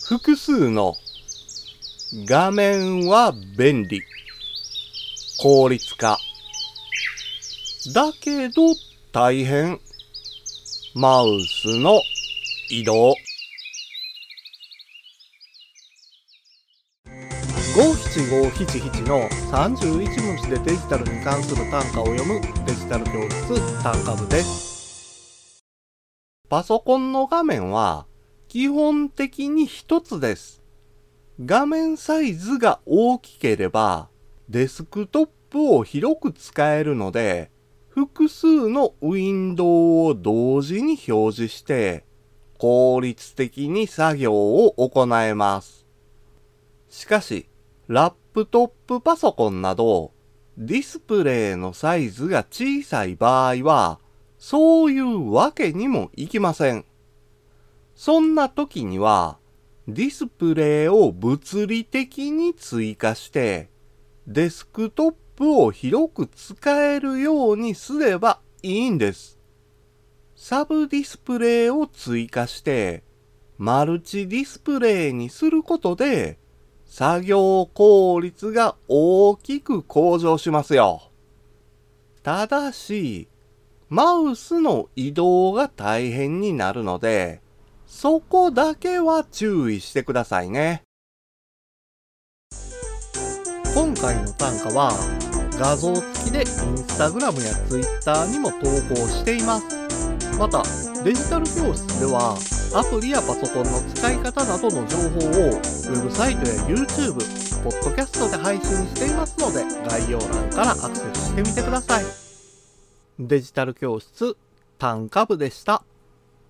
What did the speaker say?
複数の画面は便利。効率化。だけど大変。マウスの移動。五七五七七の31文字でデジタルに関する単価を読むデジタル教室単価部です。パソコンの画面は基本的に一つです。画面サイズが大きければデスクトップを広く使えるので、複数のウィンドウを同時に表示して効率的に作業を行えます。しかし、ラップトップパソコンなどディスプレイのサイズが小さい場合はそういうわけにもいきません。そんな時にはディスプレイを物理的に追加してデスクトップを広く使えるようにすればいいんです。サブディスプレイを追加してマルチディスプレイにすることで作業効率が大きく向上しますよ。ただし、マウスの移動が大変になるので、そこだけは注意してくださいね。今回の単価は画像付きでインスタグラムやツイッターにも投稿しています。また、デジタル教室ではアプリやパソコンの使い方などの情報をウェブサイトや YouTube、ポッドキャストで配信していますので概要欄からアクセスしてみてください。デジタル教室単価部でした。